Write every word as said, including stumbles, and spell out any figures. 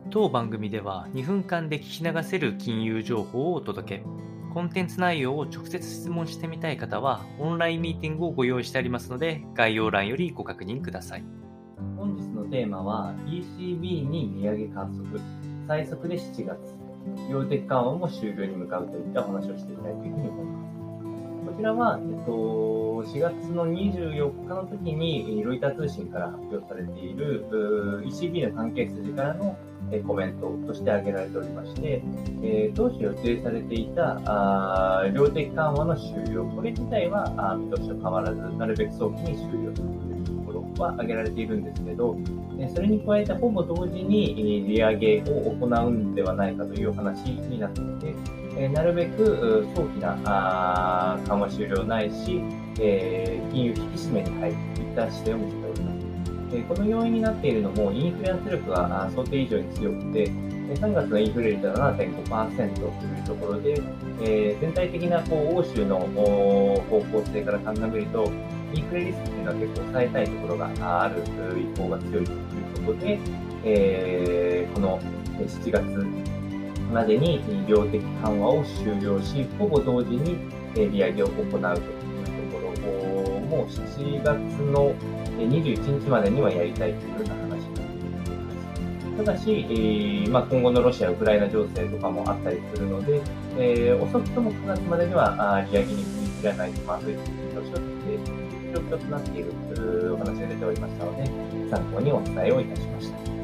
当番組ではにふんかんで聞き流せる金融情報をお届け。コンテンツ内容を直接質問してみたい方はオンラインミーティングをご用意してありますので、概要欄よりご確認ください。 本日のテーマは イーシービー に利上げ観測、最速でしちがつ、量的緩和も終了に向かうといったお話をしていきたいというふうに思います。こちらは、えっと、しがつのにじゅうよっかの時にロイター通信から発表されている イーシービー の関係筋からのコメントとして挙げられておりまして、えー、当初予定されていたあ量的緩和の終了、これ自体はあ見通しは変わらず、なるべく早期に終了するというところは挙げられているんですけど、それに加えてほぼ同時に利上げを行うんではないかという話になっていて、えー、なるべく早期なあ緩和終了ないし、えー、金融引き締めに入るといった姿勢を見せております。この要因になっているのも、インフレ圧力が想定以上に強くて、さんがつのインフレ率は ななてんごパーセント というところで、えー、全体的なこう欧州の方向性から鑑みると、インフレリスクというのは結構抑えたいところがある意向が強いということで、えー、このしちがつまでに量的緩和を終了し、ほぼ同時に利上げを行うというところもしちがつのにじゅういちにちまでにはやりたいというような話になっています。ただし、えーまあ、今後のロシア・ウクライナ情勢とかもあったりするので、えー、遅くともくがつまでには利上げに踏み切らないとまずいという見通しを立てている状況となっているお話が出ておりましたので、参考にお伝えをいたしました。